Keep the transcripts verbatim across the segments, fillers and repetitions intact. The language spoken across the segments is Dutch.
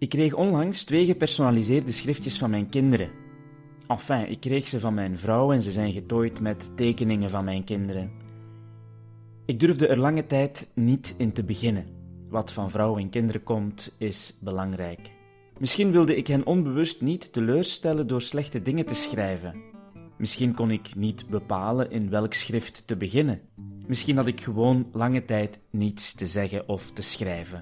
Ik kreeg onlangs twee gepersonaliseerde schriftjes van mijn kinderen. Enfin, ik kreeg ze van mijn vrouw en ze zijn getooid met tekeningen van mijn kinderen. Ik durfde er lange tijd niet in te beginnen. Wat van vrouw en kinderen komt, is belangrijk. Misschien wilde ik hen onbewust niet teleurstellen door slechte dingen te schrijven. Misschien kon ik niet bepalen in welk schrift te beginnen. Misschien had ik gewoon lange tijd niets te zeggen of te schrijven.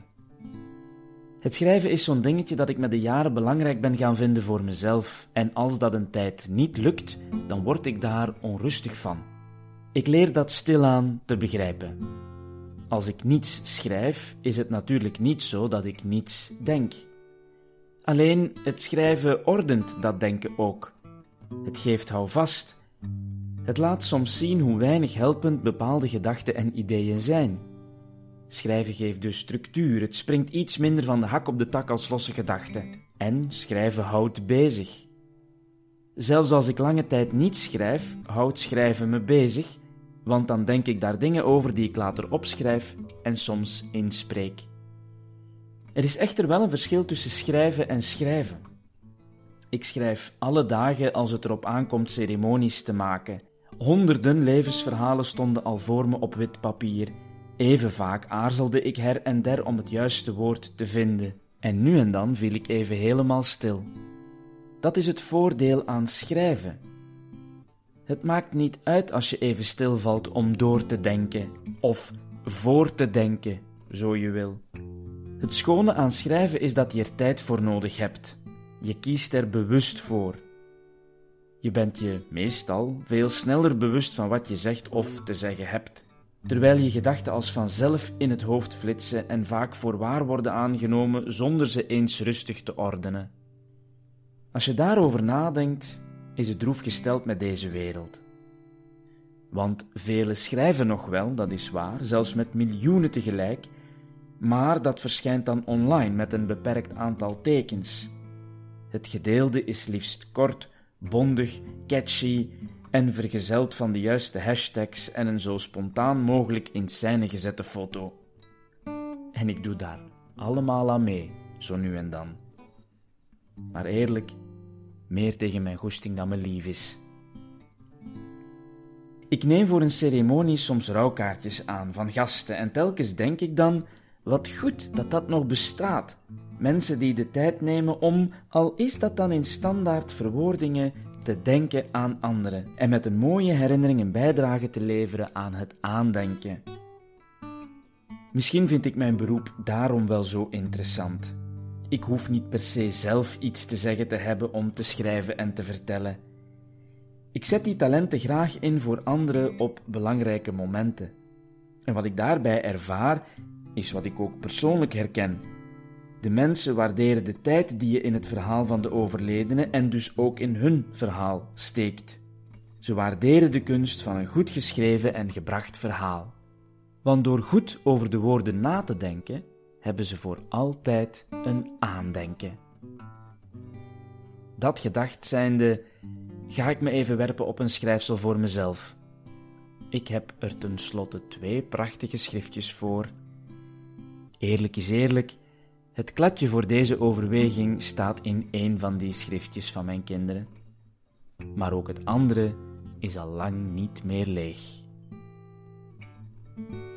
Het schrijven is zo'n dingetje dat ik met de jaren belangrijk ben gaan vinden voor mezelf. En als dat een tijd niet lukt, dan word ik daar onrustig van. Ik leer dat stilaan te begrijpen. Als ik niets schrijf, is het natuurlijk niet zo dat ik niets denk. Alleen het schrijven ordent dat denken ook. Het geeft houvast. Het laat soms zien hoe weinig helpend bepaalde gedachten en ideeën zijn. Schrijven geeft dus structuur, het springt iets minder van de hak op de tak als losse gedachten. En schrijven houdt bezig. Zelfs als ik lange tijd niet schrijf, houdt schrijven me bezig, want dan denk ik daar dingen over die ik later opschrijf en soms inspreek. Er is echter wel een verschil tussen schrijven en schrijven. Ik schrijf alle dagen als het erop aankomt ceremonies te maken. Honderden levensverhalen stonden al voor me op wit papier. Even vaak aarzelde ik her en der om het juiste woord te vinden. En nu en dan viel ik even helemaal stil. Dat is het voordeel aan schrijven. Het maakt niet uit als je even stilvalt om door te denken, of voor te denken, zo je wil. Het schone aan schrijven is dat je er tijd voor nodig hebt. Je kiest er bewust voor. Je bent je meestal veel sneller bewust van wat je zegt of te zeggen hebt, terwijl je gedachten als vanzelf in het hoofd flitsen en vaak voor waar worden aangenomen zonder ze eens rustig te ordenen. Als je daarover nadenkt, is het droef gesteld met deze wereld. Want velen schrijven nog wel, dat is waar, zelfs met miljoenen tegelijk, maar dat verschijnt dan online met een beperkt aantal tekens. Het gedeelde is liefst kort, bondig, catchy en vergezeld van de juiste hashtags en een zo spontaan mogelijk in scène gezette foto. En ik doe daar allemaal aan mee, zo nu en dan. Maar eerlijk, meer tegen mijn goesting dan me lief is. Ik neem voor een ceremonie soms rouwkaartjes aan van gasten en telkens denk ik dan, wat goed dat dat nog bestaat. Mensen die de tijd nemen om, al is dat dan in standaard verwoordingen, te denken aan anderen en met een mooie herinnering een bijdrage te leveren aan het aandenken. Misschien vind ik mijn beroep daarom wel zo interessant. Ik hoef niet per se zelf iets te zeggen te hebben om te schrijven en te vertellen. Ik zet die talenten graag in voor anderen op belangrijke momenten. En wat ik daarbij ervaar, is wat ik ook persoonlijk herken. De mensen waarderen de tijd die je in het verhaal van de overledene en dus ook in hun verhaal steekt. Ze waarderen de kunst van een goed geschreven en gebracht verhaal. Want door goed over de woorden na te denken, hebben ze voor altijd een aandenken. Dat gedacht zijnde, ga ik me even werpen op een schrijfsel voor mezelf. Ik heb er tenslotte twee prachtige schriftjes voor. Eerlijk is eerlijk, het kladje voor deze overweging staat in één van die schriftjes van mijn kinderen. Maar ook het andere is al lang niet meer leeg.